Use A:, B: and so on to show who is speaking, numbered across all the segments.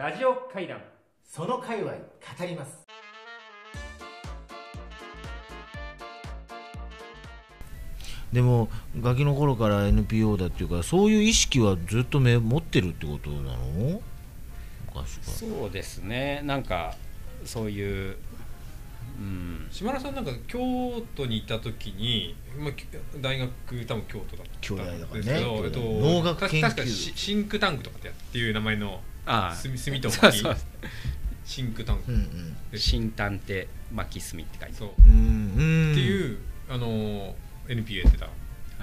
A: ラジオ会談、
B: その界隈語ります。でもガキの頃から NPO だっていうか、そういう意識はずっと持ってるってことなの？
C: そうですね、なんかそういう、
A: 島田さんなんか京都にいた時に、大学多分京都だったんですけど、
B: 農学研究
A: 確かシンクタンクとかっていう名前の住友巻シンクタンク、
C: 新探偵巻炭って書いて
A: そうっていうNPO やってた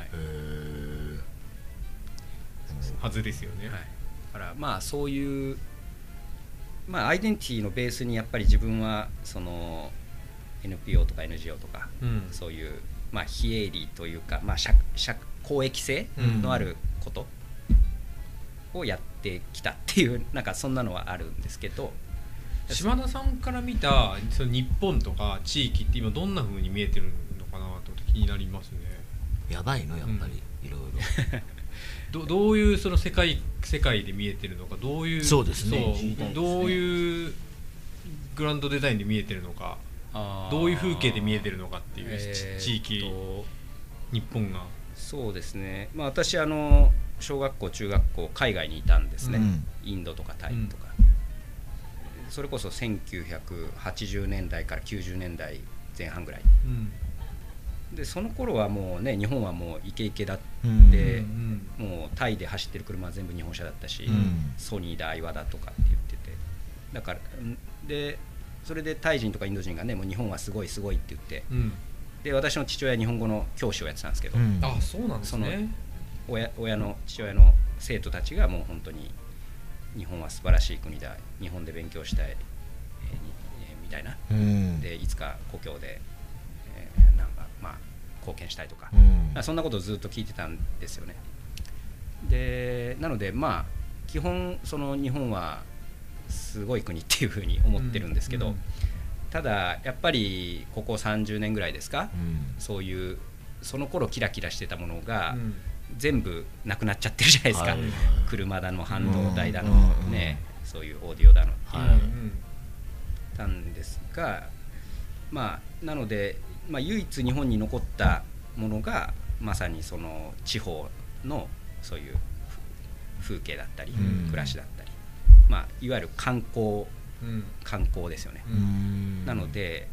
A: はずですよね。
C: だからまあそういうアイデンティティのベースにやっぱり自分はその NPO とか NGO とか、そういう非営利というか、公益性のあることをやってきたっていう、なんかそんなのはあるんですけど、
A: 島田さんから見たその日本とか地域って今どんな風に見えてるのかなと気になりますね。
B: やばいのやっぱり、いろいろ
A: どういうその世界で見えてるのか、どういう、
B: そうですね、
A: どういうグランドデザインで見えてるのか、どういう風景で見えてるのかっていう、地域、日本が。
C: そうですね、私小学校中学校海外にいたんですね、インドとかタイとか、それこそ1980年代から90年代前半ぐらい、でその頃はもうね、日本はもうイケイケだって、もうタイで走ってる車は全部日本車だったし、ソニーだアイワだとかって言ってて、だからでそれでタイ人とかインド人がね、もう日本はすごいすごいって言って、で私の父親は日本語の教師をやってたんですけど、
A: あ、そうなんですね。
C: その父親の生徒たちがもう本当に日本は素晴らしい国だ、日本で勉強したい、みたいな、でいつか故郷で、なんか貢献したいとか、そんなことをずっと聞いてたんですよね。でなので基本その日本はすごい国っていうふうに思ってるんですけど、ただやっぱりここ30年ぐらいですか、そういうその頃キラキラしてたものが全部なくなっちゃってるじゃないですか、車だの半導体だの、そういうオーディオだのっていうたんですが、なので、唯一日本に残ったものがまさにその地方のそういう風景だったり、暮らしだったり、いわゆる観光ですよね。なので、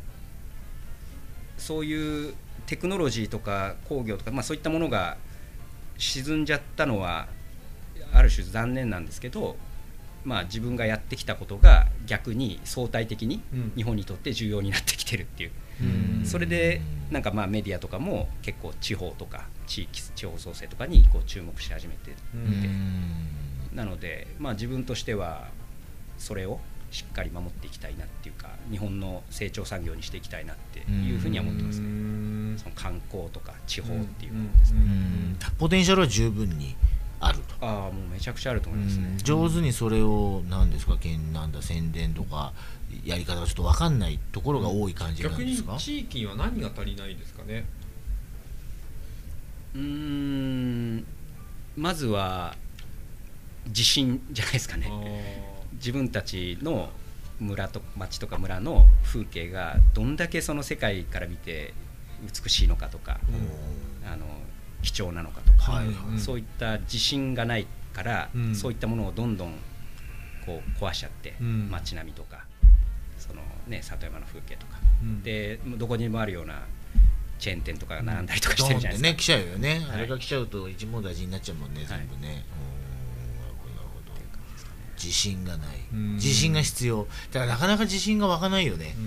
C: そういうテクノロジーとか工業とか、そういったものが沈んじゃったのはある種残念なんですけど、自分がやってきたことが逆に相対的に日本にとって重要になってきてるっていう、それでなんかメディアとかも結構地方とか地方創生とかにこう注目し始めていて、なので自分としてはそれをしっかり守っていきたいなっていうか、日本の成長産業にしていきたいなっていうふうには思ってますね。その観光とか地方っていうのですね。
B: ポテンシャルは十分にあると。
C: もうめちゃくちゃあると思いますね。
B: 上手にそれを何ですか、宣伝とかやり方がちょっと分かんないところが多い感じなんですか？
A: 逆に地域には何が足りないですかね？
C: まずは自信じゃないですかね。自分たちの村と町とか村の風景がどんだけその世界から見て美しいのかとか、貴重なのかとか、そういった自信がないから、そういったものをどんどんこう壊しちゃって、街並みとかその、里山の風景とか、でどこにもあるようなチェーン店とかが並んだりとかしてるじゃないですか。
B: 来ちゃうよね、あれが来ちゃうと一網打尽になっちゃうもんね、全部ね。自信がない、自信が必要だから、なかなか自信が湧かないよね。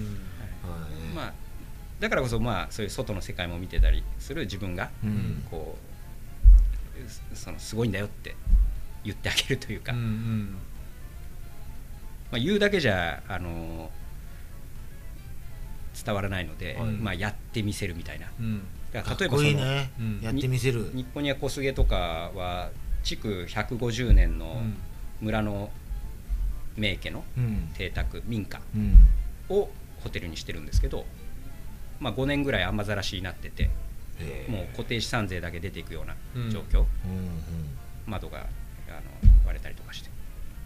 C: だからこそそういう外の世界も見てたりする自分が、こうそのすごいんだよって言ってあげるというか、言うだけじゃ伝わらないので、やってみせるみたいな。だから例えばその
B: やってみせる。
C: 日本や小菅とかは築150年の村の名家の邸宅、民家をホテルにしてるんですけど、5年ぐらい雨ざらしになってて、もう固定資産税だけ出ていくような状況、窓が割れたりとかして、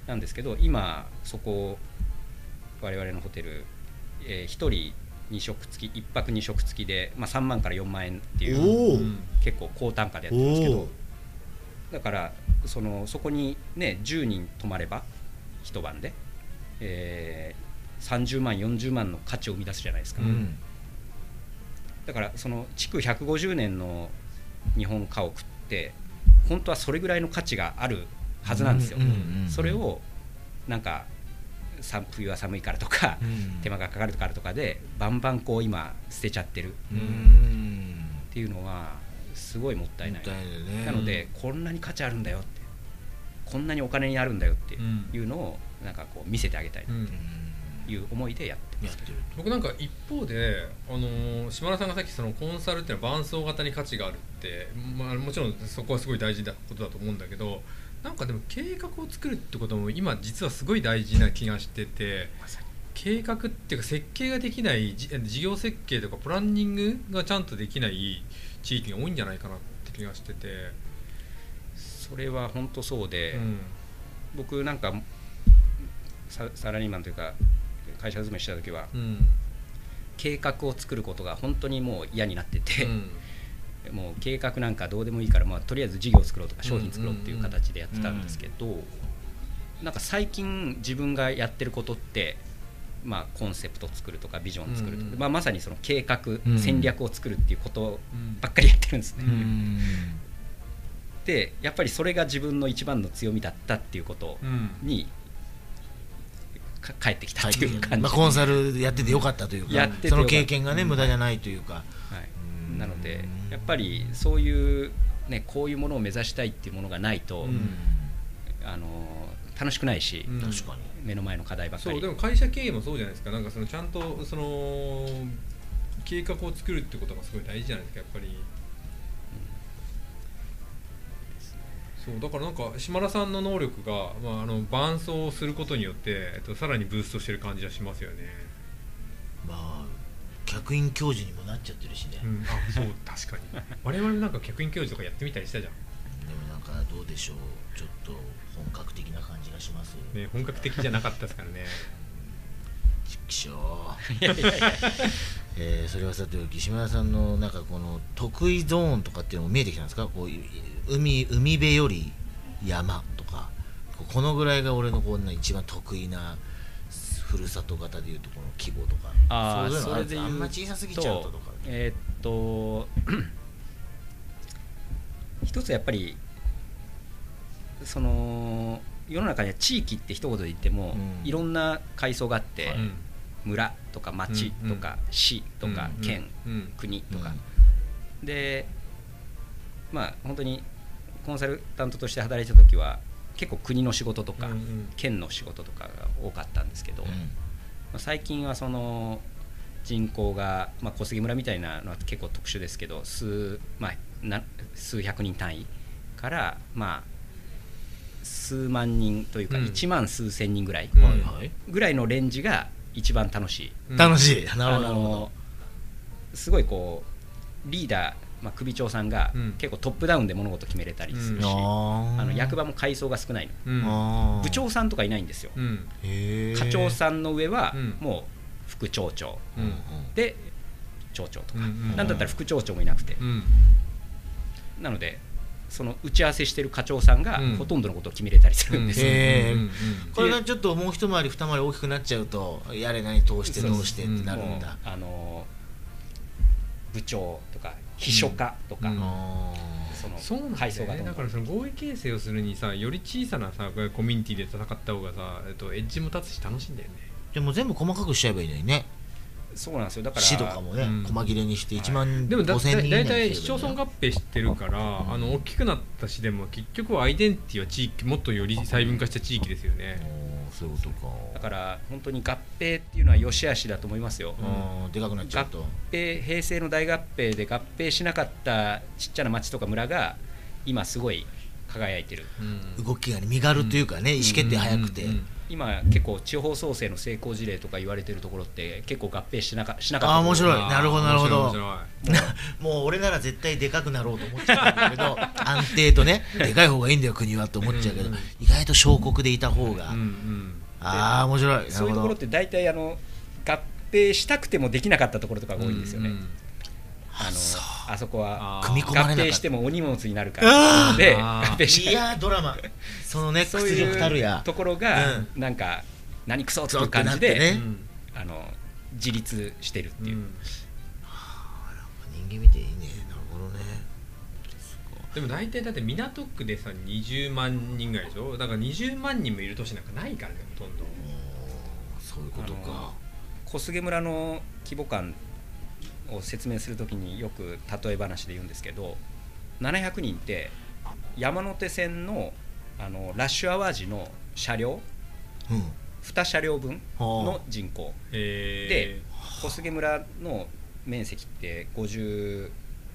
C: なんですけど、今そこ我々のホテル、1人2食付き1泊2食付きで、3万から4万円っていう結構高単価でやってるんですけど、だからそこにね10人泊まれば一晩で、30万40万の価値を生み出すじゃないですか、だからその築150年の日本家屋って本当はそれぐらいの価値があるはずなんですよ。それをなんか冬は寒いからとか、手間がかかるからとかでバンバンこう今捨てちゃってるっていうのはすごいもったいない、なのでこんなに価値あるんだよって、こんなにお金になるんだよっていうのをなんかこう見せてあげたいという思いでやってる。
A: 僕なんか一方で、島田さんがさっきそのコンサルっていうのは伴走型に価値があるって、もちろんそこはすごい大事なことだと思うんだけど、なんかでも計画を作るってことも今実はすごい大事な気がしてて、計画っていうか設計ができない事業設計とかプランニングがちゃんとできない地域が多いんじゃないかなって気がしてて。
C: それは本当そうで、僕なんかサラリーマンというか会社勤めした時は、計画を作ることが本当にもう嫌になってて、もう計画なんかどうでもいいから、とりあえず事業を作ろうとか商品作ろうっていう形でやってたんですけど、なんか最近自分がやってることって、コンセプトを作るとかビジョンを作るとか、まさにその計画、戦略を作るっていうことばっかりやってるんですね。でやっぱりそれが自分の一番の強みだったっていうことに帰ってきたっていう感じ、
B: コンサルやっててよかったというか、その経験がね無駄じゃないというか、
C: なのでやっぱりそういうね、こういうものを目指したいっていうものがないと、楽しくないし、
B: 確かに
C: 目の前の課題ばっかり。
A: そうでも会社経営もそうじゃないですか。なんかそのちゃんとその計画を作るってことがすごい大事じゃないですか、やっぱり。そうだからなんか島田さんの能力が、伴走することによって、さらにブーストしてる感じはしますよね。
B: 客員教授にもなっちゃってるしね、
A: そう確かに我々なんか客員教授とかやってみたりしたじゃん。
B: でもなんかどうでしょう、ちょっと本格的な感じがします
A: ね。本格的じゃなかったですからね。
B: ちくしょうそれはさておき、島田さんのなんかこの得意ゾーンとかっていうのも見えてきたんですか。こう海辺より山とか、このぐらいが俺のこんな一番得意なふるさと型でいうとこの規模とか、
C: それで言うと
B: あんま小さすぎちゃうとか、
C: 一つやっぱりその世の中には地域って一言で言っても、いろんな階層があって、村とか町とか市とか県、国とか、で本当にコンサルタントとして働いてた時は結構国の仕事とか、県の仕事とかが多かったんですけど、最近はその人口が、小杉村みたいなのは結構特殊ですけど、数百人単位から数万人というか、1万数千人ぐらいのレンジが一番楽しい。なるほど。すごいこうリーダー、首長さんが結構トップダウンで物事決めれたりするし、役場も階層が少ないの、部長さんとかいないんですよ。課長さんの上はもう副町長、で町長とか、なんだったら副町長もいなくて、なのでその打ち合わせしてる課長さんがほとんどのことを決めれたりするんですよ。
B: これがちょっともう一回り二回り大きくなっちゃうと、やれ何通してどうしてってなるんだ。
C: 部長とか秘書課とか、その階層がどんどん、
A: だからその合意形成をするにさ、より小さなさコミュニティで戦った方がさ、エッジも立つし楽しいんだよね。
B: でも全部細かくしちゃえばいいのにね。
C: そうなんですよ。だから
B: 市とかもね、細切れにして1万5000人
A: でもだいたい市町村合併してるから、大きくなった市でも結局アイデンティティは地域、もっとより細分化した地域ですよね。
B: そういうことか。
C: だから本当に合併っていうのは良し悪しだと思いますよ。
B: でかくなっちゃうと、
C: 平成の大合併で合併しなかったちっちゃな町とか村が今すごい輝いてる、
B: 動きが身軽というかね、意思決定早くて、
C: 今結構地方創生の成功事例とか言われてるところって結構合併しなかった
B: 面白い。なるほどなるほど。
A: 面
B: もう俺なら絶対でかくなろうと思っちゃうんだけど安定とね、でかい方がいいんだよ国はと思っちゃうけど、意外と小国でいた方が、面白い。
C: そういうところって大体合併したくてもできなかったところとかが多いんですよね。あそこは合併してもお荷物になるからで合併しない。
B: いやドラマそのね、屈辱たるや
C: ところがなんか何クソっていう感じで自立してるっていう。
B: 人間見ていいね。なるほどね。
A: でも大体だって港区でさ20万人ぐらいでしょ。だから20万人もいる都市なんかないからね、ほとんど。
B: そういうことか。
C: 小菅村の規模感を説明するときによく例え話で言うんですけど、700人って山手線のラッシュアワー時の車両、2車両分の人口で、小菅村の面積って55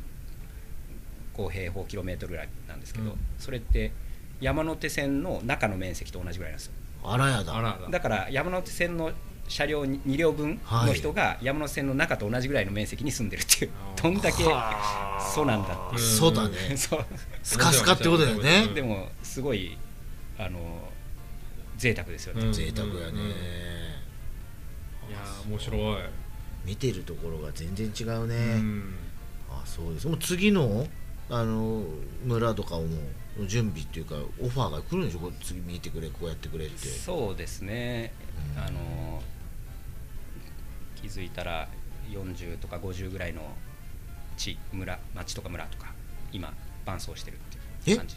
C: 平方キロメートルぐらいなんですけど、それって山手線の中の面積と同じぐらいなんですよ。
B: あらやだ。
C: だから山手線の車両2両分の人が山手線の中と同じぐらいの面積に住んでるっていう、どんだけそうなんだっていう。
B: そうだね。スカスカってことだよね。
C: でもすごい贅沢ですよね。
B: 贅沢やね。
A: いや面白い。
B: 見てるところが全然違うね。そうです。もう次の村とかも準備っていうかオファーが来るんでしょ。次見てくれ、こうやってくれって。
C: そうですね。気づいたら40とか50ぐらいの町とか村とか今伴走してるっていう感じ。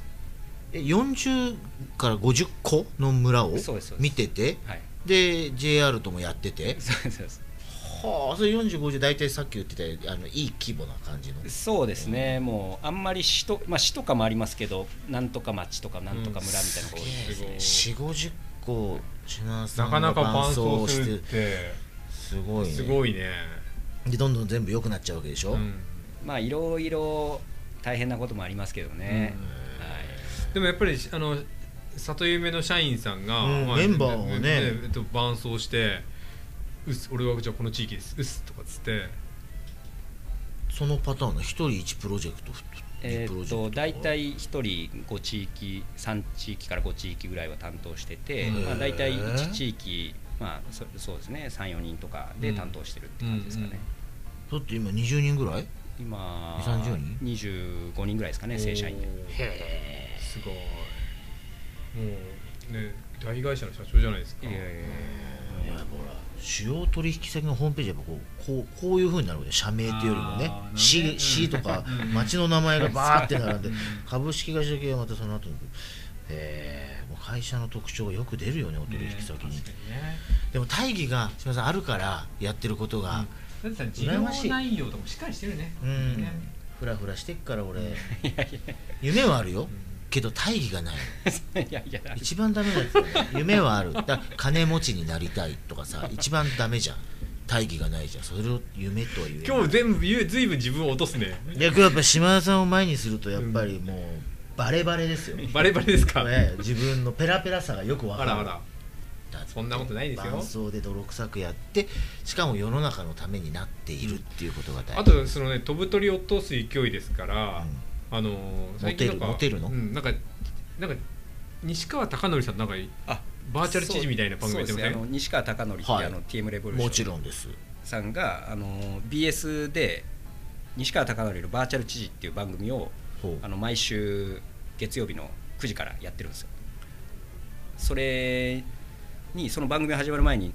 B: 40から50個の村を見てて、で JR ともやってて。
C: そうです。
B: はあ、それ40、50大体さっき言ってたいい規模な感じの。
C: そうですね。もうあんまり市とかもありますけど、なんとか町とかなんとか村みたいなのが多いですね。
B: 4、50個
A: なかなか伴走するって
B: すごいね。
A: すごいね。
B: でどんどん全部良くなっちゃうわけでしょ。
C: まあいろいろ大変なこともありますけどね。
A: でもやっぱり里夢の社員さんが、
B: メンバーをね
A: 伴走して俺はじゃあこの地域ですとかっつって、
B: そのパターンの1人1プロジェクト
C: だいたい1人5地域3地域から5地域ぐらいは担当してて、だいたい1地域そうですね 3,4 人とかで担当してるって感じですかね。
B: だって今20人ぐらい、
C: 今
B: 30人
C: 25人ぐらいですかね、正社員で。
A: すごい。もうね大会社の社長じゃないですか。
B: いやほら主要取引先のホームページはこういう風になるわけで、社名っていうよりもね、市とか町の名前がバーって並んで株式会社系はまたその後にもう会社の特徴がよく出るよね、お取引先に。でも大義がすみませんあるからやってることが、
A: だってさ事業内容とかしっかりしてるね。
B: フラフラしてっから俺夢はあるよけど大義がない一番ダメだって、夢はあるだ金持ちになりたいとかさ一番ダメじゃん。大義がないじゃん。それを夢とは言えない。
A: 今日全部ずいぶん自分を落とすね。
B: やっぱ島田さんを前にするとやっぱりもうバレバレですよ。
A: バレバレですか。
B: 自分のペラペラさがよくわかる。
A: そんなことないですよ。
B: 伴走で泥臭くやってしかも世の中のためになっているっていうことが大事。
A: あとそのね飛ぶ鳥を落とす勢いですから、最近
B: モテるの、
A: なんか西川貴教さんなんかバーチャル知事みたいな番組やってません？
C: 西川貴教ってTM レボリューション
B: もちろんです
C: さんがBS で西川貴教のバーチャル知事っていう番組を毎週月曜日の9時からやってるんですよ。それにその番組が始まる前に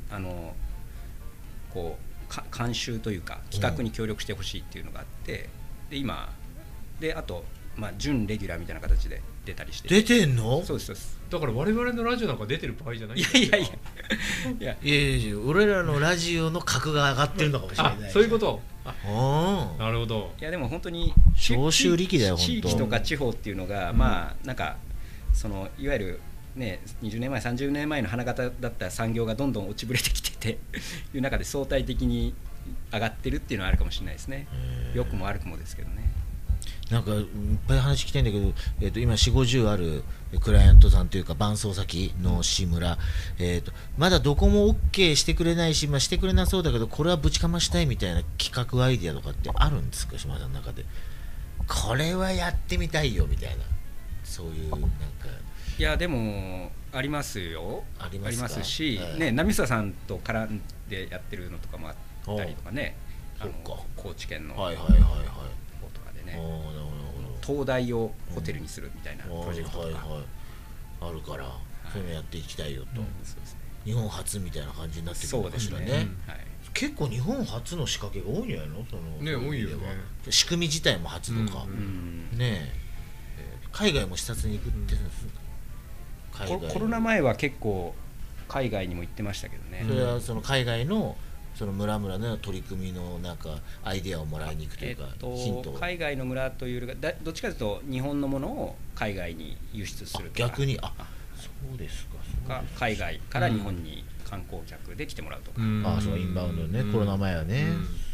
C: 監修というか企画に協力してほしいっていうのがあって、で今であと準レギュラーみたいな形で出たりして。
B: 出てんの？
C: そうですそうです。
A: だから我々のラジオなんか出てる場合じゃない。
C: いや
B: 俺らのラジオの格が上がってるのかもしれない。
A: そういうこと。
B: な
A: るほど。
C: いやでも本当に
B: 長州力だよ。
C: 地域とか地方っていうのがなんかいわゆるね20年前30年前の花形だった産業がどんどん落ちぶれてきてていう中で相対的に上がってるっていうのはあるかもしれないですね。良くも悪くもですけどね。
B: なんかいっぱい話聞きたいんだけど、今4、50あるクライアントさんというか伴走先の志村、まだどこも OK してくれないし、してくれなそうだけどこれはぶちかましたいみたいな企画アイディアとかってあるんですか、島田さんの中で。これはやってみたいよみたいな、そういうなんか。
C: いやでもありますよ。
B: あり
C: ますし、
B: はい、
C: ね、波下さんと絡んでやってるのとかもあったりとかね、高知県の
B: はいはいはいはい
C: とかでね、
B: なるほど、
C: 灯台をホテルにするみたいなプロジェクトとか、
B: はいはい、あるから、そういうのやっていきたいよと、
C: そうですね、
B: 日本初みたいな感じになってくるのかしら ね、
C: はい、
B: 結構日本初の仕掛けが多いんじゃないの、その
A: ね、多いよね。
B: 仕組み自体も初とか、ね海外も視察に行くってるんですか、
C: コロナ前は結構海外にも行ってましたけどね。
B: それはその海外のその村々の取り組みのなんかアイデアをもらいに行くというか、ヒントを。
C: 海外の村というよりかどっちかというと日本のものを海外に輸出するとか、
B: 逆にそうですか、
C: 海外から日本に観光客で来てもらうとか、
B: そうインバウンドね、コロナ前はね、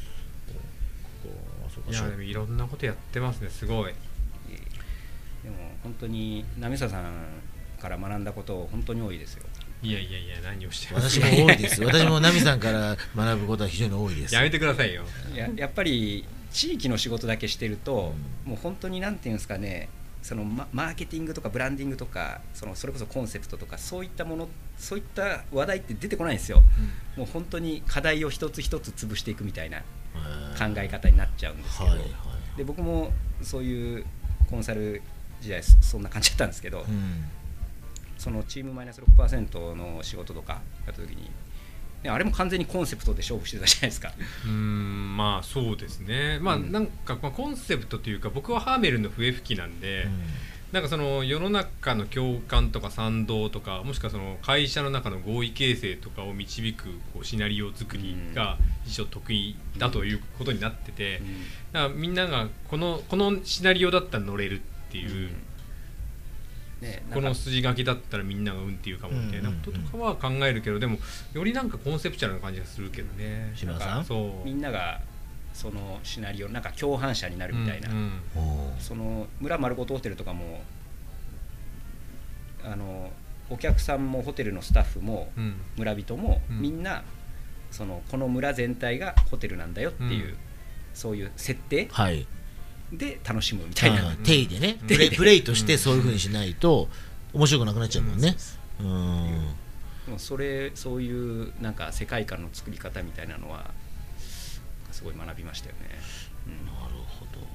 A: いやでもいろんなことやってますね、すごい。
C: でも本当に波下さんから学んだこと本当に多いですよ。
A: いや何をしてるん
B: ですか。私も多いです私も奈美さんから学ぶことは非常に多いです。
A: やめてくださいよ。
C: やっぱり地域の仕事だけしてると、もう本当になんていうんですかね、そのマーケティングとかブランディングとかそれこそコンセプトとかそういったもの、そういった話題って出てこないんですよ、もう本当に課題を一つ一つ潰していくみたいな考え方になっちゃうんですけど、で僕もそういうコンサル時代そんな感じだったんですけど、そのチームマイナス 6% の仕事とかやった時に、あれも完全にコンセプトで勝負してたじゃないですか。
A: まあそうですね、なんかコンセプトというか、僕はハーメルンの笛吹きなんで、なんかその世の中の共感とか賛同とか、もしくはその会社の中の合意形成とかを導くシナリオ作りが一応得意だということになってて、だからみんながこのシナリオだったら乗れるっていう、この筋書きだったらみんながっていうかもみたいなこととかは考えるけど、でもよりなんかコンセプチュアルな感じがするけどね。
B: 島田さん、
C: みんながそのシナリオなんか共犯者になるみたいな、その村丸ごとホテルとかもお客さんもホテルのスタッフも村人もみんなこの村全体がホテルなんだよっていう、そういう設定で楽しむみたいな、
B: 定義でね、プレイとしてそういう風にしないと面白くなくなっちゃうもんね。
C: そういうなんか世界観の作り方みたいなのはすごい学びましたよね。
B: なるほど、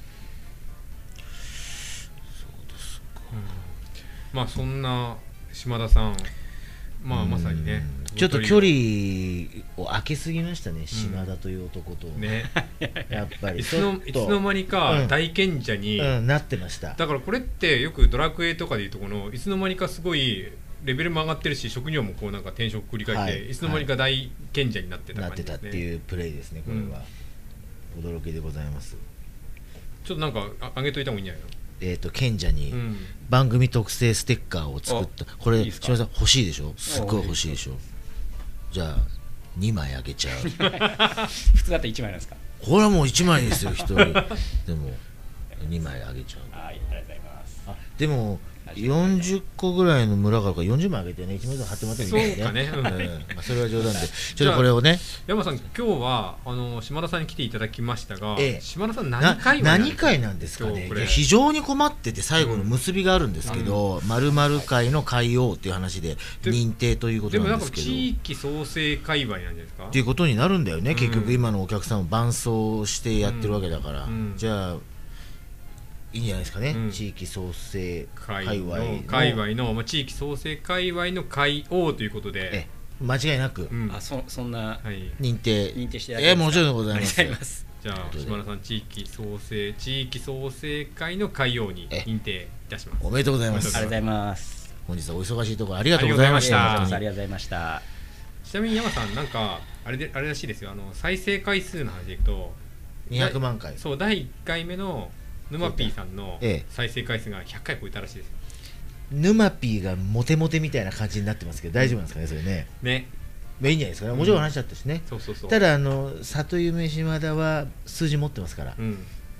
B: そうですか。
A: まあそんな島田さん、まさにね、
B: ちょっと距離を空けすぎましたね、島田という男と、やっぱりいつ
A: の間にか大賢者に
B: なってました。
A: だからこれってよくドラクエとかでいうとこのいつの間にかすごいレベルも上がってるし、職業もこうなんか転職繰り返して、いつの間にか大賢者になってた感じですね。
B: なってたっていうプレイですね、これは。驚きでございます。
A: ちょっとなんか上げといた方がいいんじゃないの。
B: 賢者に番組特製ステッカーを作った。これ島田さん欲しいでしょ、すっごい欲しいでしょ。じゃあ2枚あげちゃう。
C: 普通だったら1枚なんですか。
B: これはもう1枚ですよ、1人でも2枚あげちゃう。
C: ありがとうございます。
B: でも40個ぐらいの村があるから40枚あげてね、1枚ずつ貼ってもらってもいいですね。
A: そうかね、
B: それは冗談で。ちょっとこれをね、
A: 山さん、今日は島田さんに来ていただきましたが、島田さん
B: 何回なんですかね。非常に困ってて、最後の結びがあるんですけど、〇〇会の会王っていう話で認定ということなんですけど、
A: でもなんか地域創生界隈なんじゃないですか
B: っていうことになるんだよね。結局今のお客さんを伴走してやってるわけだから、じゃあいいんじゃないですかね、地域創生界隈
A: の地域創生界隈の会王ということで、
B: 間違いなく、
C: そんな
B: 認定
C: していただきます。
B: もちろんでございます。
A: じゃあ島田さん、地域創生会の会王に認定いたします。
B: おめでとうございます。
C: ありがとうございます。
B: 本日はお忙しいところありがとうございました。
C: ありがとうございました。
A: ちなみに山さん、なんかあれらしいですよ、再生回数の話でいくと
B: 200万回、
A: そう、第1回目の沼ピーさんの再生回数が100回超えたらしいですよ。
B: 沼ピーがモテモテみたいな感じになってますけど、大丈夫なんですかね、それね。いいんじゃないですかね。もちろん話しちゃったしね。ただ里夢島田は数字持ってますから、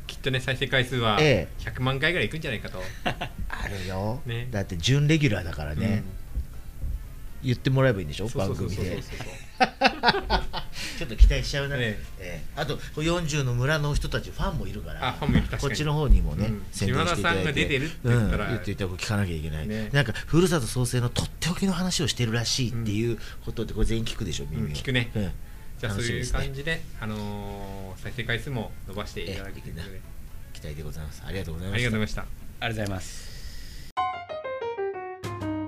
A: きっとね再生回数は
B: え
A: 100万回ぐらいいくんじゃないかと、
B: あるよ、
A: ね、
B: だって準レギュラーだからね、言ってもらえばいいんでしょ、番組で。ちょっと期待しちゃうな、あと40の村の人たちファンもいるから、こっちの方にもね、宣伝していただいて、
A: 島田さんが出てるって言ったら、
B: 言っていただく聞かなきゃいけない、なんかふるさと創生のとっておきの話をしてるらしいっていうことって、これ全員聞くでしょ、耳を。
A: 聞くね。じゃあそういう感じで再生回数も伸ばしていただけて
B: 期待でございます。ありがとうございました。
A: ありがとうございました。
C: ありがとうございます。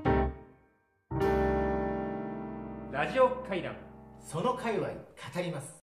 A: ラジオ会談、
B: その界隈語ります。